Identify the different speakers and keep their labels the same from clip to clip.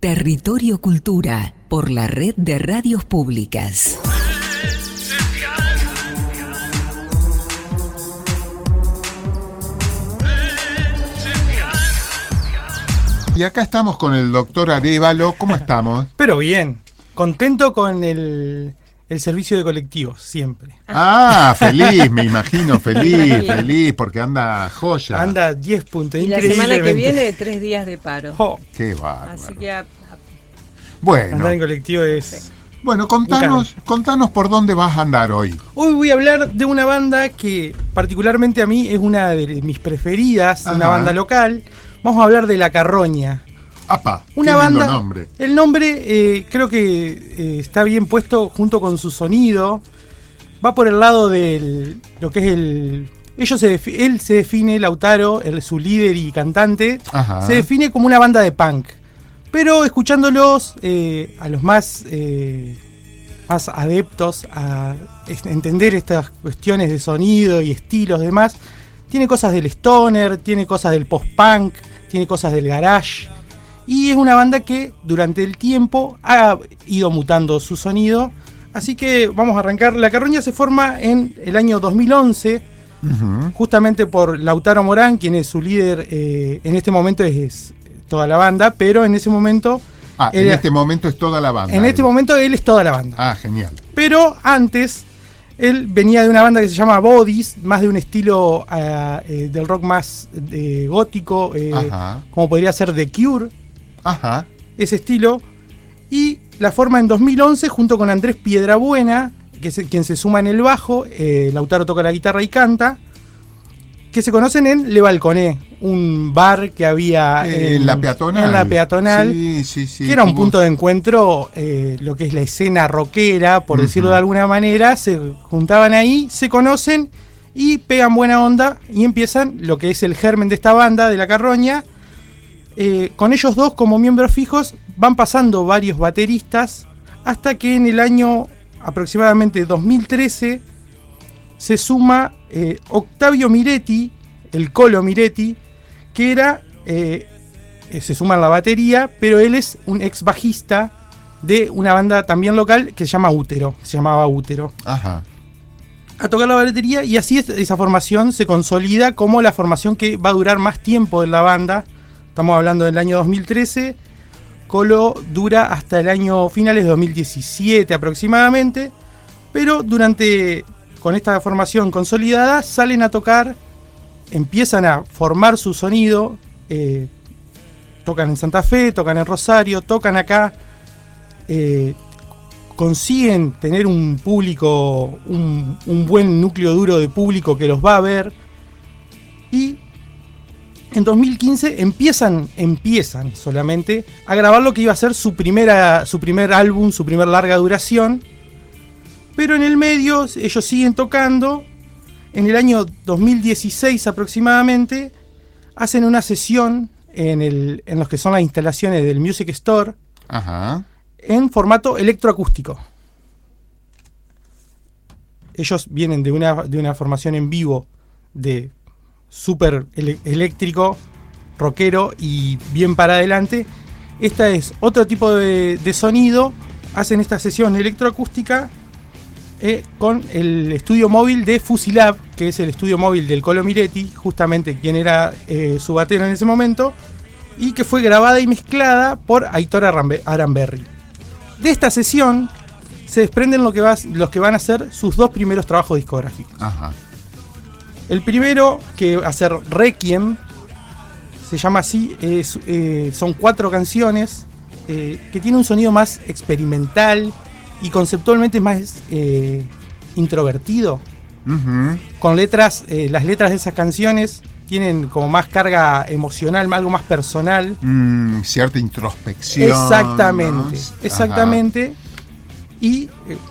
Speaker 1: Territorio Cultura, por la Red de Radios Públicas.
Speaker 2: Y acá estamos con el doctor Arévalo. ¿Cómo estamos?
Speaker 3: Pero bien, contento con el servicio de colectivos, siempre.
Speaker 2: Ah, feliz, me imagino, feliz, porque anda joya.
Speaker 3: Anda 10 puntos.
Speaker 4: Y la semana que viene, 3 días de paro.
Speaker 3: Oh.
Speaker 2: Qué bárbaro.
Speaker 4: Así que
Speaker 2: bueno.
Speaker 3: Andar en colectivo es...
Speaker 2: Bueno, contanos por dónde vas a andar hoy.
Speaker 3: Hoy voy a hablar de una banda que particularmente a mí es una de mis preferidas, una banda local. Vamos a hablar de La Carroña.
Speaker 2: ¡Apa!
Speaker 3: Una
Speaker 2: qué lindo
Speaker 3: banda.
Speaker 2: Nombre.
Speaker 3: El nombre creo que está bien puesto junto con su sonido. Va por el lado de lo que es el. Él se define, Lautaro, su líder y cantante, se define como una banda de punk. Pero escuchándolos a los más adeptos a entender estas cuestiones de sonido y estilos y demás, tiene cosas del stoner, tiene cosas del post-punk, tiene cosas del garage. Y es una banda que durante el tiempo ha ido mutando su sonido. Así que vamos a arrancar. La Carroña se forma en el año 2011, justamente por Lautaro Morán, quien es su líder. En este momento es toda la banda, pero en ese momento...
Speaker 2: en este momento es toda la banda.
Speaker 3: En este momento él es toda la banda.
Speaker 2: Ah, genial.
Speaker 3: Pero antes, él venía de una banda que se llama Bodies, más de un estilo del rock más gótico, como podría ser The Cure. Ese estilo. Y la forma en 2011 junto con Andrés Piedrabuena, que es quien se suma en el bajo. Lautaro toca la guitarra y canta, que se conocen en Le Balconé, un bar que había
Speaker 2: en la peatonal. Sí,
Speaker 3: que era un punto de encuentro, lo que es la escena rockera, por decirlo de alguna manera. Se juntaban ahí, se conocen y pegan buena onda y empiezan lo que es el germen de esta banda, de La Carroña. Con ellos dos como miembros fijos van pasando varios bateristas hasta que en el año aproximadamente 2013 se suma Octavio Miretti, el Colo Miretti, que era se suma en la batería, pero él es un ex bajista de una banda también local que se llamaba Útero. A tocar la batería, y así esa formación se consolida como la formación que va a durar más tiempo en la banda. Estamos hablando del año 2013. Colo dura hasta el año finales de 2017 aproximadamente, pero con esta formación consolidada salen a tocar, empiezan a formar su sonido, tocan en Santa Fe, tocan en Rosario, tocan acá, consiguen tener un público, un buen núcleo duro de público que los va a ver, y en 2015 empiezan solamente a grabar lo que iba a ser su primer álbum, su primer larga duración. Pero en el medio ellos siguen tocando. En el año 2016 aproximadamente hacen una sesión en los que son las instalaciones del Music Store, en formato electroacústico. Ellos vienen de una formación en vivo de súper eléctrico, rockero y bien para adelante. Esta es otro tipo de sonido. Hacen esta sesión electroacústica con el estudio móvil de Fusilab, que es el estudio móvil del Colo Miretti, justamente quien era su batero en ese momento, y que fue grabada y mezclada por Aitor Aranberri. De esta sesión se desprenden los que van a ser sus dos primeros trabajos discográficos. El primero, que va a ser Requiem, se llama así, son 4 canciones que tiene un sonido más experimental y conceptualmente más introvertido. Con letras, las letras de esas canciones tienen como más carga emocional, algo más personal.
Speaker 2: Cierta introspección.
Speaker 3: Exactamente. Y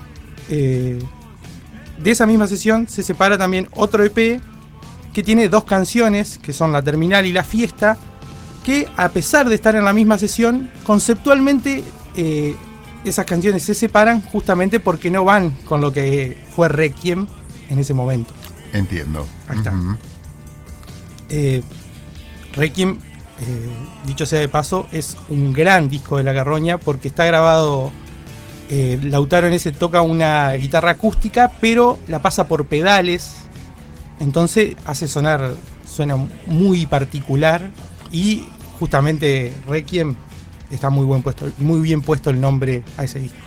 Speaker 3: de esa misma sesión se separa también otro EP que tiene 2 canciones, que son La Terminal y La Fiesta, que a pesar de estar en la misma sesión, conceptualmente esas canciones se separan justamente porque no van con lo que fue Requiem en ese momento.
Speaker 2: Entiendo.
Speaker 3: Ahí está. Requiem dicho sea de paso, es un gran disco de La Carroña porque está grabado. Lautaro en ese toca una guitarra acústica, pero la pasa por pedales, entonces suena muy particular, y justamente Requiem está muy bien puesto el nombre a ese disco.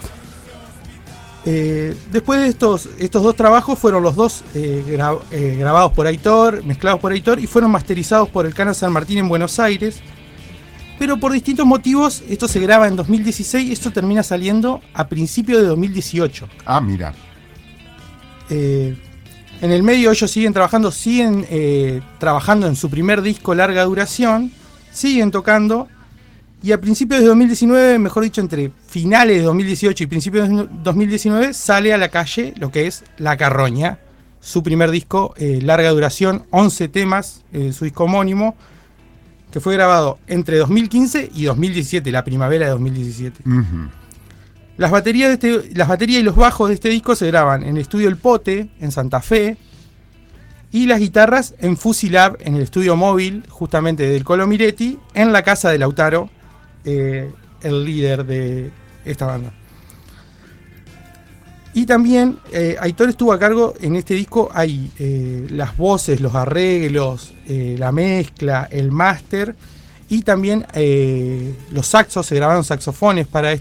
Speaker 3: Después de estos dos trabajos fueron los dos grabados por Aitor, mezclados por Aitor, y fueron masterizados por el Cana San Martín en Buenos Aires. Pero por distintos motivos, esto se graba en 2016 y esto termina saliendo a principios de 2018.
Speaker 2: Ah, mira.
Speaker 3: En el medio ellos siguen trabajando en su primer disco larga duración, siguen tocando, y a principios de 2019, mejor dicho, entre finales de 2018 y principios de 2019, sale a la calle lo que es La Carroña, su primer disco larga duración, 11 temas, su disco homónimo, que fue grabado entre 2015 y 2017, la primavera de 2017.
Speaker 2: Uh-huh.
Speaker 3: Las baterías y los bajos de este disco se graban en el estudio El Pote, en Santa Fe, y las guitarras en Fusilab, en el estudio móvil, justamente del Colo Miretti, en la casa de Lautaro, el líder de esta banda. Y también Aitor estuvo a cargo en este disco, hay las voces, los arreglos, la mezcla, el máster, y también los saxos, se grabaron saxofones para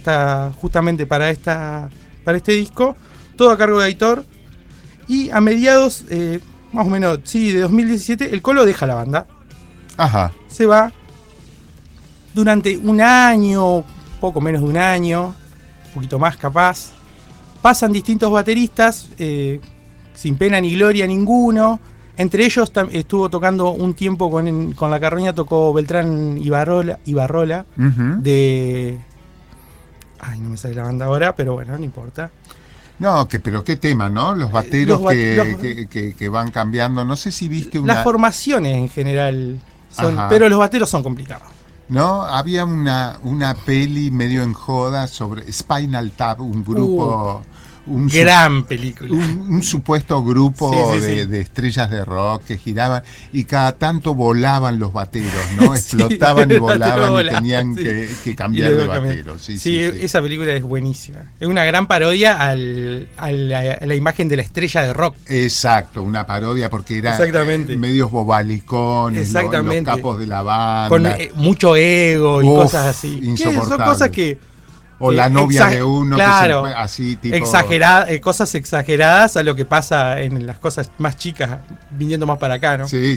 Speaker 3: este disco, todo a cargo de Aitor. Y a mediados, más o menos, sí, de 2017, el Colo deja la banda.
Speaker 2: Ajá.
Speaker 3: Se va durante un año, poco menos de un año, un poquito más capaz. Pasan distintos bateristas, sin pena ni gloria ninguno. Entre ellos estuvo tocando un tiempo con La Carroña, tocó Beltrán Ibarrola,
Speaker 2: Uh-huh.
Speaker 3: de... Ay, no me sale la banda ahora, pero bueno, no importa.
Speaker 2: No, pero qué tema, ¿no? Los bateros que van cambiando. No sé si viste una...
Speaker 3: Las formaciones en general son...
Speaker 2: Ajá.
Speaker 3: Pero los bateros son complicados.
Speaker 2: No, había una peli medio en joda sobre Spinal Tap, un grupo...
Speaker 3: Gran película.
Speaker 2: Un supuesto grupo de estrellas de rock que giraban y cada tanto volaban los bateros, ¿no? Explotaban y volaban y tenían que cambiar de batero. Sí,
Speaker 3: esa película es buenísima. Es una gran parodia a la imagen de la estrella de rock.
Speaker 2: Exacto, una parodia porque eran medios bobalicones, los capos de la banda.
Speaker 3: Con mucho ego y cosas así.
Speaker 2: Insoportable.
Speaker 3: Son cosas que...
Speaker 2: O la novia de uno,
Speaker 3: claro,
Speaker 2: que así tipo...
Speaker 3: cosas exageradas a lo que pasa en las cosas más chicas, viniendo más para acá, ¿no?
Speaker 2: Sí.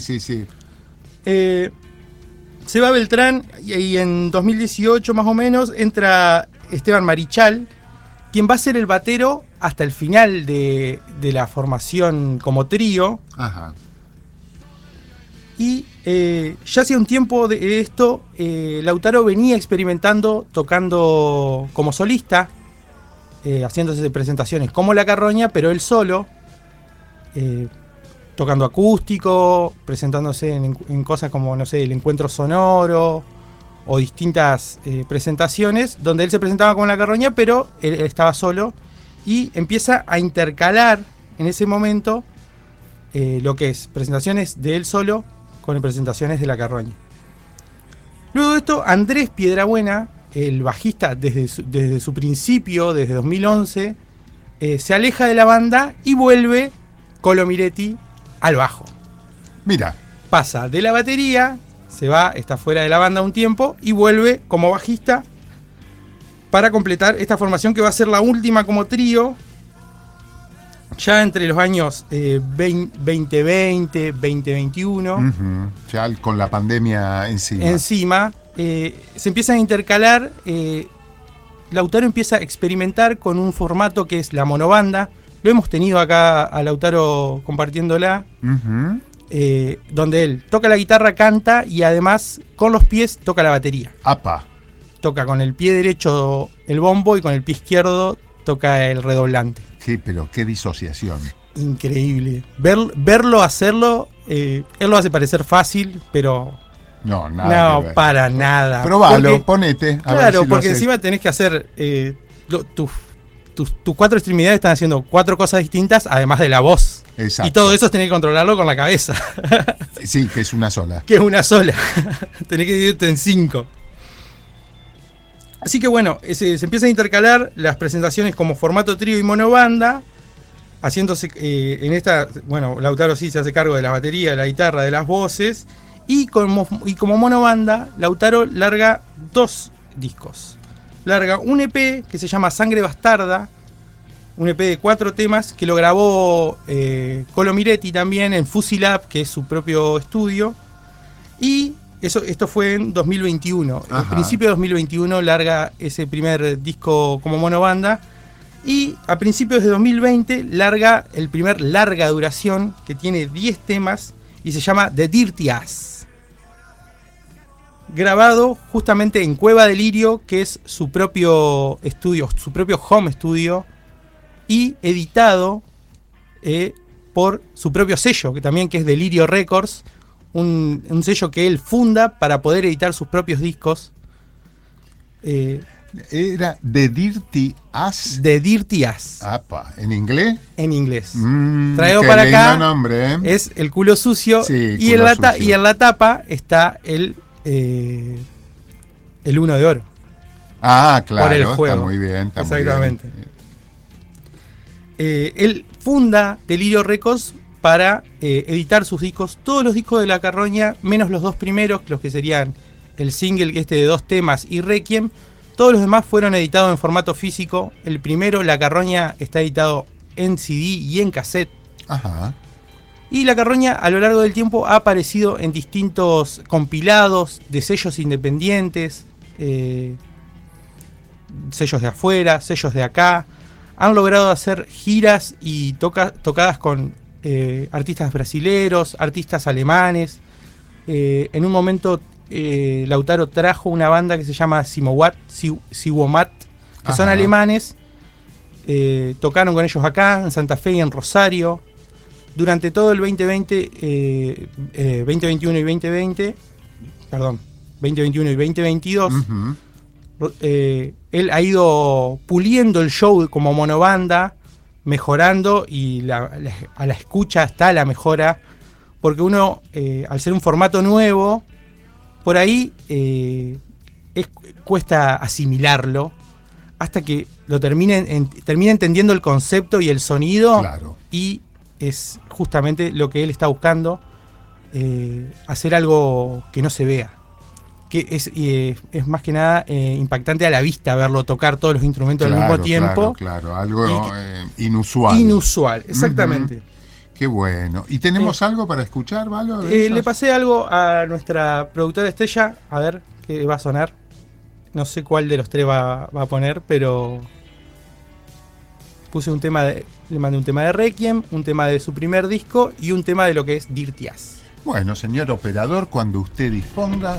Speaker 3: Se va Beltrán y en 2018 más o menos entra Esteban Marichal, quien va a ser el batero hasta el final de la formación como trío.
Speaker 2: Ajá.
Speaker 3: Y ya hacía un tiempo de esto, Lautaro venía experimentando, tocando como solista, haciéndose presentaciones como La Carroña, pero él solo, tocando acústico, presentándose en cosas como, no sé, el Encuentro Sonoro o distintas presentaciones, donde él se presentaba con La Carroña, pero él estaba solo, y empieza a intercalar en ese momento lo que es presentaciones de él solo con presentaciones de La Carroña. Luego de esto, Andrés Piedrabuena, el bajista desde su principio, desde 2011, se aleja de la banda y vuelve Colo Miretti al bajo.
Speaker 2: Mira.
Speaker 3: Pasa de la batería, se va, está fuera de la banda un tiempo y vuelve como bajista para completar esta formación que va a ser la última como trío. Ya entre los años 2020, 2021.
Speaker 2: Uh-huh. Ya con la pandemia encima.
Speaker 3: Se empiezan a intercalar. Lautaro empieza a experimentar con un formato que es la monobanda. Lo hemos tenido acá a Lautaro compartiéndola.
Speaker 2: Uh-huh.
Speaker 3: Donde él toca la guitarra, canta y además con los pies toca la batería.
Speaker 2: ¡Apa!
Speaker 3: Toca con el pie derecho el bombo y con el pie izquierdo toca el redoblante.
Speaker 2: Sí, pero qué disociación.
Speaker 3: Increíble. Verlo hacerlo, él lo hace parecer fácil, pero
Speaker 2: no, nada.
Speaker 3: No, para nada.
Speaker 2: Probalo, ponete.
Speaker 3: Claro, porque encima tenés que hacer tus 4 extremidades están haciendo 4 cosas distintas, además de la voz.
Speaker 2: Exacto.
Speaker 3: Y todo eso tenés que controlarlo con la cabeza.
Speaker 2: Sí, que es una sola.
Speaker 3: Que es una sola. Tenés que dividirte en 5. Así que bueno, se empiezan a intercalar las presentaciones como formato trío y monobanda, haciéndose en esta, bueno, Lautaro sí se hace cargo de la batería, de la guitarra, de las voces, y como monobanda, Lautaro larga 2 discos. Larga un EP que se llama Sangre Bastarda, un EP de 4 temas que lo grabó Colo Miretti también en Fusilab, que es su propio estudio, y esto fue en 2021.
Speaker 2: Ajá.
Speaker 3: En principio de 2021 larga ese primer disco como monobanda. Y a principios de 2020 larga el primer larga duración que tiene 10 temas y se llama The Dirty Ass. Grabado justamente en Cueva Delirio, que es su propio estudio, su propio home studio, y editado por su propio sello, que es Delirio Records. Un sello que él funda para poder editar sus propios discos.
Speaker 2: Era The Dirty Ass.
Speaker 3: The Dirty Ass.
Speaker 2: Apa, ¿en inglés?
Speaker 3: En inglés.
Speaker 2: Traído
Speaker 3: para acá
Speaker 2: nombre, ¿eh?
Speaker 3: es El Culo Sucio.
Speaker 2: Sí,
Speaker 3: y,
Speaker 2: culo
Speaker 3: sucio. Y en la tapa está el Uno de Oro.
Speaker 2: Ah, claro,
Speaker 3: por el juego.
Speaker 2: Está muy bien.
Speaker 3: Exactamente.
Speaker 2: Muy bien.
Speaker 3: Él funda Delirio Records para editar sus discos, todos los discos de La Carroña, menos los 2 primeros, los que serían el single de 2 temas y Requiem. Todos los demás fueron editados en formato físico. El primero, La Carroña, está editado en CD y en cassette.
Speaker 2: Ajá.
Speaker 3: Y La Carroña a lo largo del tiempo ha aparecido en distintos compilados de sellos independientes, sellos de afuera, sellos de acá. Han logrado hacer giras y tocadas con artistas brasileros, artistas alemanes. En un momento Lautaro trajo una banda que se llama Siwomat, que son alemanes. Tocaron con ellos acá, en Santa Fe y en Rosario. Durante todo el 2020, 2021 y 2020, perdón, 2021 y 2022, él ha ido puliendo el show como monobanda, mejorando, y a la escucha está la mejora, porque uno, al ser un formato nuevo, por ahí cuesta asimilarlo, hasta que lo termina entendiendo el concepto y el sonido.
Speaker 2: Claro.
Speaker 3: Y es justamente lo que él está buscando, hacer algo que no se vea. Que es más que nada impactante a la vista verlo tocar todos los instrumentos al mismo tiempo.
Speaker 2: Claro, algo inusual.
Speaker 3: Inusual, exactamente.
Speaker 2: Qué bueno. ¿Y tenemos algo para escuchar, Valo?
Speaker 3: Le pasé algo a nuestra productora estrella, a ver qué va a sonar. No sé cuál de los 3 va a poner, pero puse le mandé un tema de Requiem, un tema de su primer disco y un tema de lo que es Dirty Ass.
Speaker 2: Bueno, señor operador, cuando usted disponga.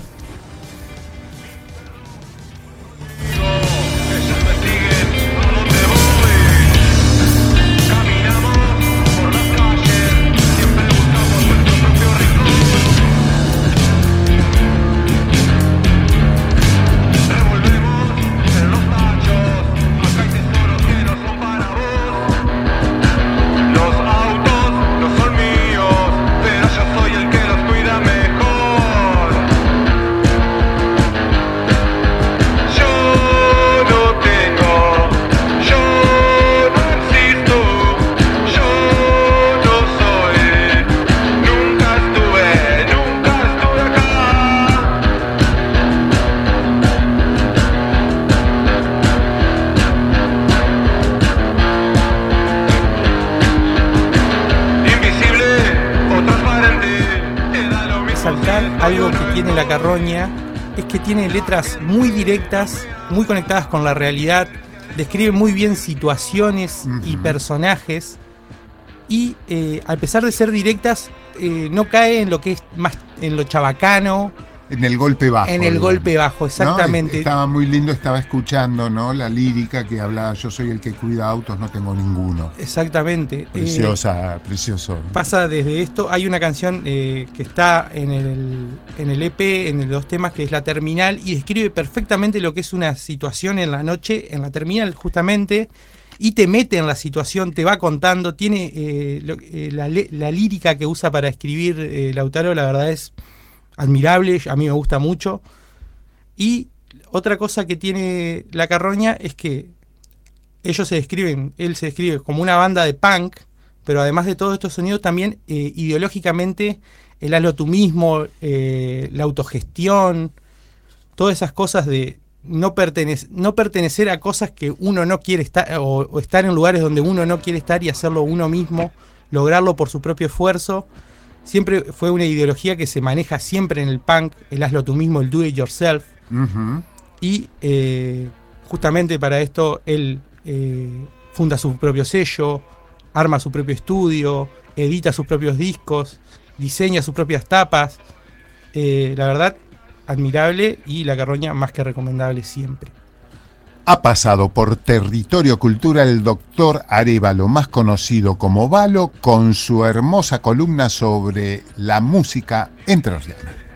Speaker 3: Algo que tiene La Carroña es que tiene letras muy directas, muy conectadas con la realidad, describe muy bien situaciones y personajes, y a pesar de ser directas, no cae en lo que es más en lo chabacano.
Speaker 2: En el golpe bajo.
Speaker 3: En el golpe bajo, exactamente.
Speaker 2: ¿No? Estaba muy lindo, estaba escuchando, ¿no? La lírica que hablaba, yo soy el que cuida autos, no tengo ninguno.
Speaker 3: Exactamente.
Speaker 2: Precioso.
Speaker 3: Pasa desde esto, hay una canción que está en el EP, en los 2 temas, que es La Terminal, y describe perfectamente lo que es una situación en la noche, en la terminal justamente, y te mete en la situación, te va contando, tiene la lírica que usa para escribir Lautaro, la verdad es admirable, a mí me gusta mucho. Y otra cosa que tiene La Carroña es que él se describe como una banda de punk, pero además de todos estos sonidos también ideológicamente el hazlo tú mismo, la autogestión, todas esas cosas de no pertenecer a cosas que uno no quiere estar, o estar en lugares donde uno no quiere estar y hacerlo uno mismo, lograrlo por su propio esfuerzo. Siempre fue una ideología que se maneja siempre en el punk, el hazlo tú mismo, el do it yourself. Uh-huh. Y justamente para esto él funda su propio sello, arma su propio estudio, edita sus propios discos, diseña sus propias tapas. La verdad, admirable, y La Carroña más que recomendable siempre.
Speaker 2: Ha pasado por Territorio Cultura el doctor Arévalo, más conocido como Valo, con su hermosa columna sobre la música entrerriana.